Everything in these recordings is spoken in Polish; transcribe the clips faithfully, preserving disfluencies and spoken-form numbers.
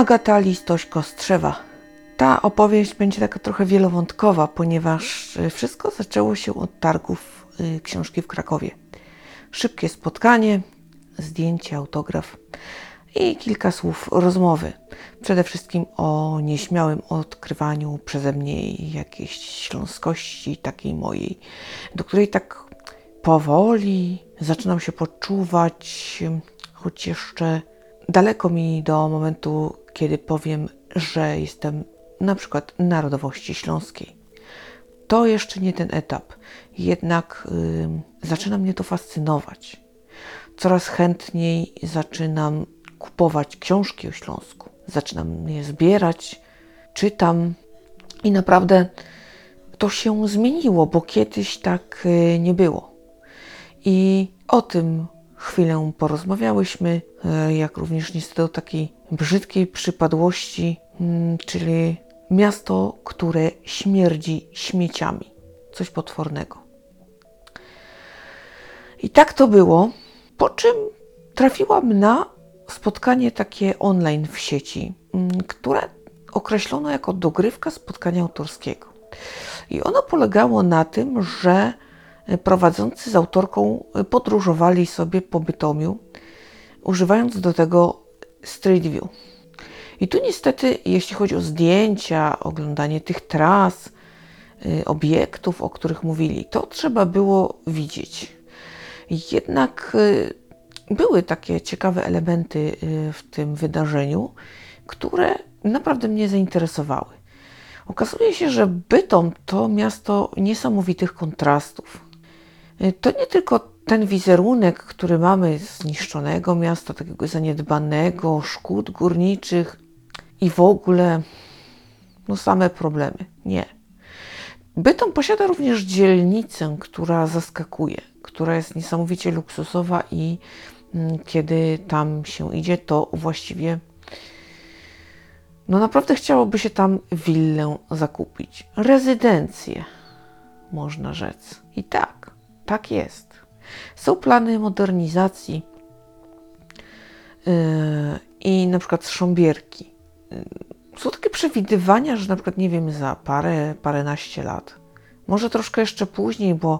Agata Listoś-Kostrzewa. Ta opowieść będzie taka trochę wielowątkowa, ponieważ wszystko zaczęło się od targów książki w Krakowie. Szybkie spotkanie, zdjęcie, autograf i kilka słów rozmowy. Przede wszystkim o nieśmiałym odkrywaniu przeze mnie jakiejś śląskości, takiej mojej, do której tak powoli zaczynam się poczuwać, choć jeszcze daleko mi do momentu, kiedy powiem, że jestem na przykład narodowości śląskiej. To jeszcze nie ten etap, jednak yy, zaczyna mnie to fascynować. Coraz chętniej zaczynam kupować książki o Śląsku. Zaczynam je zbierać, czytam i naprawdę to się zmieniło, bo kiedyś tak yy, nie było. I o tym chwilę porozmawiałyśmy, jak również niestety o takiej brzydkiej przypadłości, czyli miasto, które śmierdzi śmieciami. Coś potwornego. I tak to było, po czym trafiłam na spotkanie takie online w sieci, które określono jako dogrywka spotkania autorskiego. I ono polegało na tym, że prowadzący z autorką podróżowali sobie po Bytomiu, używając do tego Street View. I tu niestety, jeśli chodzi o zdjęcia, oglądanie tych tras, obiektów, o których mówili, to trzeba było widzieć. Jednak były takie ciekawe elementy w tym wydarzeniu, które naprawdę mnie zainteresowały. Okazuje się, że Bytom to miasto niesamowitych kontrastów. To nie tylko ten wizerunek, który mamy zniszczonego miasta, takiego zaniedbanego, szkód górniczych i w ogóle no same problemy. Nie. Bytom posiada również dzielnicę, która zaskakuje, która jest niesamowicie luksusowa i mm, kiedy tam się idzie, to właściwie no naprawdę chciałoby się tam willę zakupić. Rezydencję, można rzec. I tak. Tak jest. Są plany modernizacji yy, i na przykład Szambierki. Yy, są takie przewidywania, że na przykład, nie wiem, za parę, paręnaście lat, może troszkę jeszcze później, bo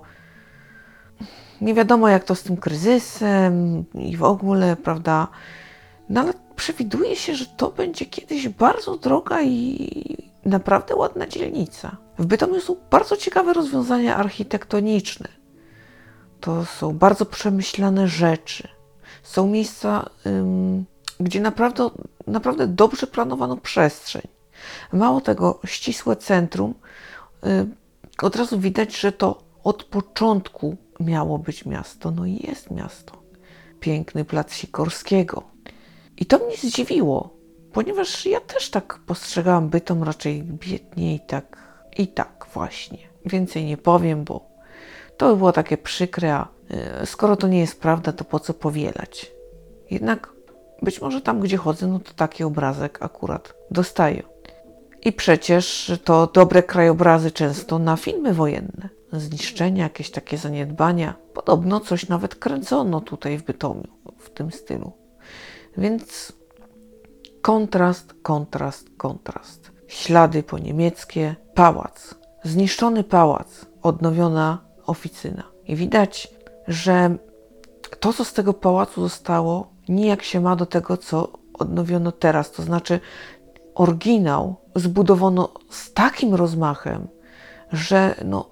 nie wiadomo jak to z tym kryzysem i w ogóle, prawda, no ale przewiduje się, że to będzie kiedyś bardzo droga i naprawdę ładna dzielnica. W Bytomiu są bardzo ciekawe rozwiązania architektoniczne. To są bardzo przemyślane rzeczy. Są miejsca, ym, gdzie naprawdę, naprawdę dobrze planowano przestrzeń. Mało tego, ścisłe centrum, ym, od razu widać, że to od początku miało być miasto. No i jest miasto. Piękny plac Sikorskiego. I to mnie zdziwiło, ponieważ ja też tak postrzegałam Bytom raczej biednie i tak, i tak właśnie. Więcej nie powiem, bo to by było takie przykre, a skoro to nie jest prawda, to po co powielać? Jednak być może tam, gdzie chodzę, no to taki obrazek akurat dostaję. I przecież to dobre krajobrazy często na filmy wojenne. Zniszczenia, jakieś takie zaniedbania. Podobno coś nawet kręcono tutaj w Bytomiu, w tym stylu. Więc kontrast, kontrast, kontrast. Ślady po niemieckie, pałac. Zniszczony pałac, odnowiona oficyna. I widać, że to, co z tego pałacu zostało, nijak się ma do tego, co odnowiono teraz. To znaczy oryginał zbudowano z takim rozmachem, że no,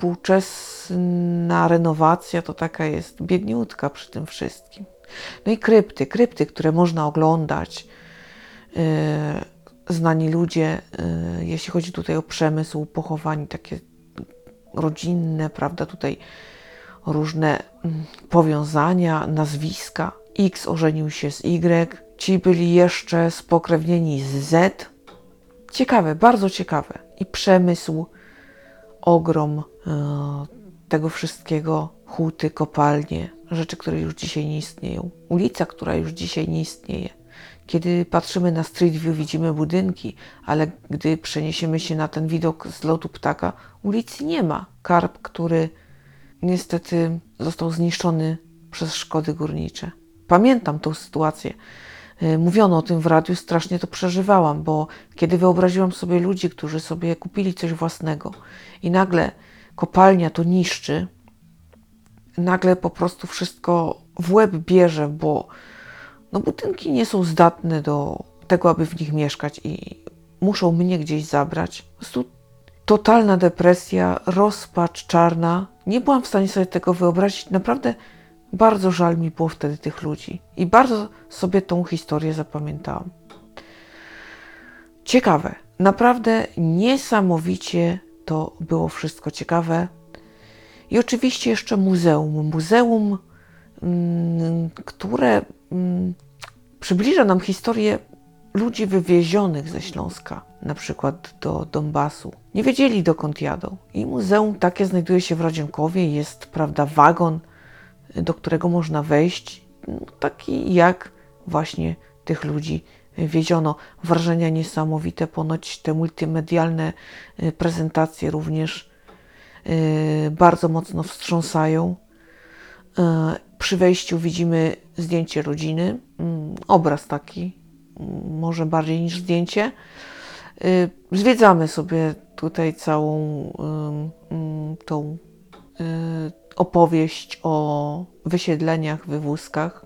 współczesna renowacja to taka jest biedniutka przy tym wszystkim. No i krypty, krypty, które można oglądać. Yy, znani ludzie, yy, jeśli chodzi tutaj o przemysł, pochowani takie rodzinne, prawda, tutaj różne mm, powiązania, nazwiska. X ożenił się z Y, ci byli jeszcze spokrewnieni z Z. Ciekawe, bardzo ciekawe. I przemysł, ogrom yy, tego wszystkiego, huty, kopalnie, rzeczy, które już dzisiaj nie istnieją. Ulica, która już dzisiaj nie istnieje. Kiedy patrzymy na Street View, widzimy budynki, ale gdy przeniesiemy się na ten widok z lotu ptaka, ulicy nie ma. Karp, który niestety został zniszczony przez szkody górnicze. Pamiętam tą sytuację, y, mówiono o tym w radiu, strasznie to przeżywałam, bo kiedy wyobraziłam sobie ludzi, którzy sobie kupili coś własnego i nagle kopalnia to niszczy, nagle po prostu wszystko w łeb bierze, bo no budynki nie są zdatne do tego, aby w nich mieszkać i muszą mnie gdzieś zabrać. Po prostu totalna depresja, rozpacz czarna. Nie byłam w stanie sobie tego wyobrazić. Naprawdę bardzo żal mi było wtedy tych ludzi i bardzo sobie tą historię zapamiętałam. Ciekawe, naprawdę niesamowicie to było wszystko ciekawe. I oczywiście jeszcze muzeum. Muzeum, mm, które mm, przybliża nam historię ludzi wywiezionych ze Śląska, na przykład do Donbasu. Nie wiedzieli, dokąd jadą. I muzeum takie znajduje się w Radziankowie. Jest, prawda, wagon, do którego można wejść, no, taki jak właśnie tych ludzi wieziono. Wrażenia niesamowite, ponoć te multimedialne prezentacje również yy, bardzo mocno wstrząsają. Yy, przy wejściu widzimy zdjęcie rodziny, yy, obraz taki, yy, może bardziej niż zdjęcie. Yy, zwiedzamy sobie tutaj całą yy, yy, tą yy, opowieść o wysiedleniach, wywózkach.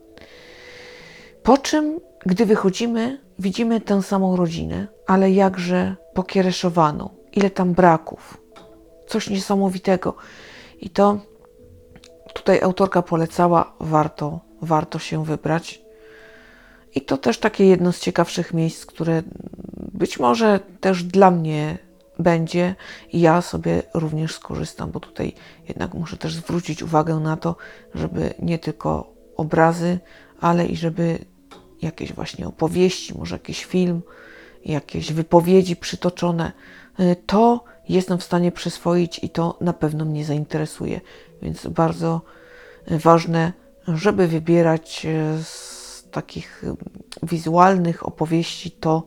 Po czym, gdy wychodzimy, widzimy tę samą rodzinę, ale jakże pokiereszowaną. Ile tam braków. Coś niesamowitego. I to tutaj autorka polecała, warto, warto się wybrać. I to też takie jedno z ciekawszych miejsc, które być może też dla mnie będzie i ja sobie również skorzystam, bo tutaj jednak muszę też zwrócić uwagę na to, żeby nie tylko obrazy, ale i żeby jakieś właśnie opowieści, może jakiś film, jakieś wypowiedzi przytoczone, to jestem w stanie przyswoić i to na pewno mnie zainteresuje. Więc bardzo ważne, żeby wybierać z takich wizualnych opowieści to,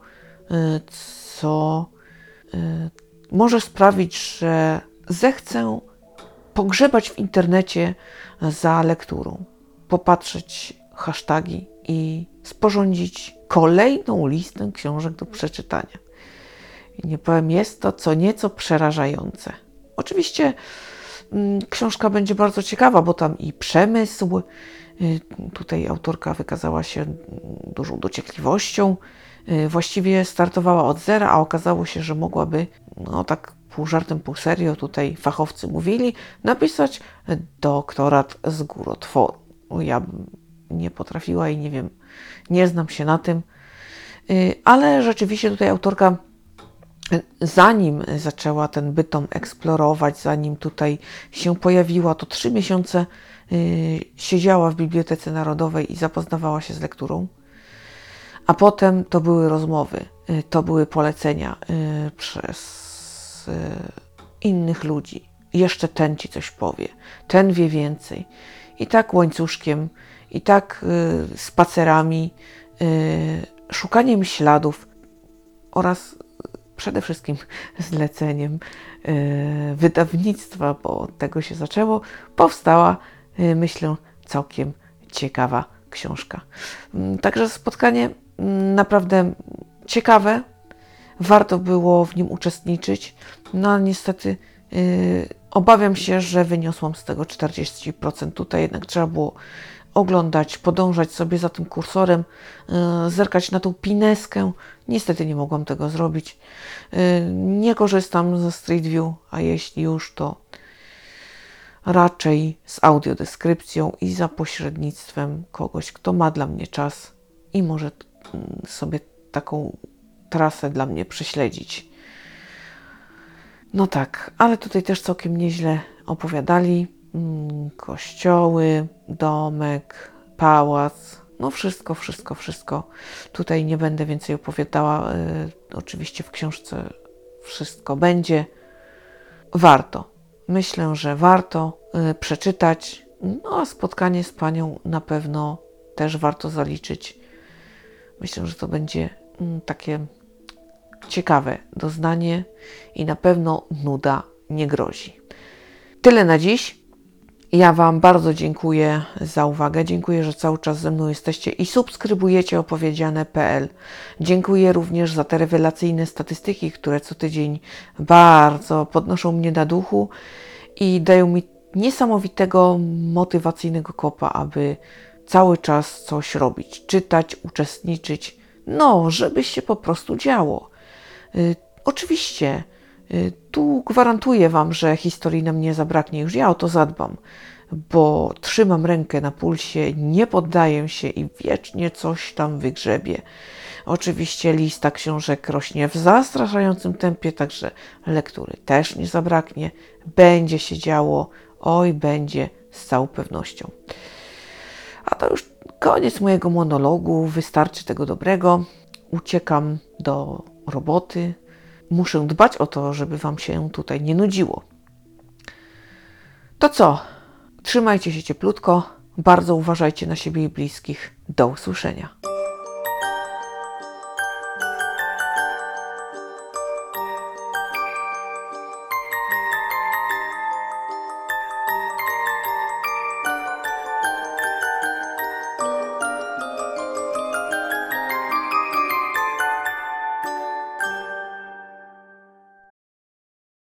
co może sprawić, że zechcę pogrzebać w internecie za lekturą, popatrzeć hasztagi i sporządzić kolejną listę książek do przeczytania. I nie powiem, jest to co nieco przerażające. Oczywiście mm, książka będzie bardzo ciekawa, bo tam i przemysł, y, tutaj autorka wykazała się dużą dociekliwością, y, właściwie startowała od zera, a okazało się, że mogłaby, no tak pół żartem, pół serio, tutaj fachowcy mówili, napisać doktorat z górotworu. Ja bym nie potrafiła i nie wiem, nie znam się na tym, y, ale rzeczywiście tutaj autorka, zanim zaczęła ten bytom eksplorować, zanim tutaj się pojawiła, to trzy miesiące y, siedziała w Bibliotece Narodowej i zapoznawała się z lekturą. A potem to były rozmowy, y, to były polecenia y, przez y, innych ludzi. Jeszcze ten ci coś powie, ten wie więcej. I tak łańcuszkiem, i tak y, spacerami, y, szukaniem śladów oraz przede wszystkim zleceniem y, wydawnictwa, bo od tego się zaczęło, powstała, y, myślę, całkiem ciekawa książka. Y, także spotkanie y, naprawdę ciekawe, warto było w nim uczestniczyć, no ale niestety y, obawiam się, że wyniosłam z tego czterdzieści procent. Tutaj jednak trzeba było oglądać, podążać sobie za tym kursorem, yy, zerkać na tą pineskę. Niestety nie mogłam tego zrobić. Yy, nie korzystam ze Street View, a jeśli już, to raczej z audiodeskrypcją i za pośrednictwem kogoś, kto ma dla mnie czas i może yy, sobie taką trasę dla mnie prześledzić. No tak, ale tutaj też całkiem nieźle opowiadali. Kościoły, domek, pałac, no wszystko, wszystko, wszystko. Tutaj nie będę więcej opowiadała. Y, oczywiście w książce wszystko będzie. Warto. Myślę, że warto y, przeczytać. No a spotkanie z panią na pewno też warto zaliczyć. Myślę, że to będzie y, takie ciekawe doznanie i na pewno nuda nie grozi. Tyle na dziś. Ja Wam bardzo dziękuję za uwagę. Dziękuję, że cały czas ze mną jesteście i subskrybujecie opowiedziane kropka p l. Dziękuję również za te rewelacyjne statystyki, które co tydzień bardzo podnoszą mnie na duchu i dają mi niesamowitego, motywacyjnego kopa, aby cały czas coś robić, czytać, uczestniczyć, no, żeby się po prostu działo. Y, oczywiście, y, tu gwarantuję Wam, że historii nam nie zabraknie, już ja o to zadbam, bo trzymam rękę na pulsie, nie poddaję się i wiecznie coś tam wygrzebię. Oczywiście lista książek rośnie w zastraszającym tempie, także lektury też nie zabraknie. Będzie się działo, oj, będzie z całą pewnością. A to już koniec mojego monologu, wystarczy tego dobrego. Uciekam do roboty. Muszę dbać o to, żeby Wam się tutaj nie nudziło. To co? Trzymajcie się cieplutko, bardzo uważajcie na siebie i bliskich. Do usłyszenia.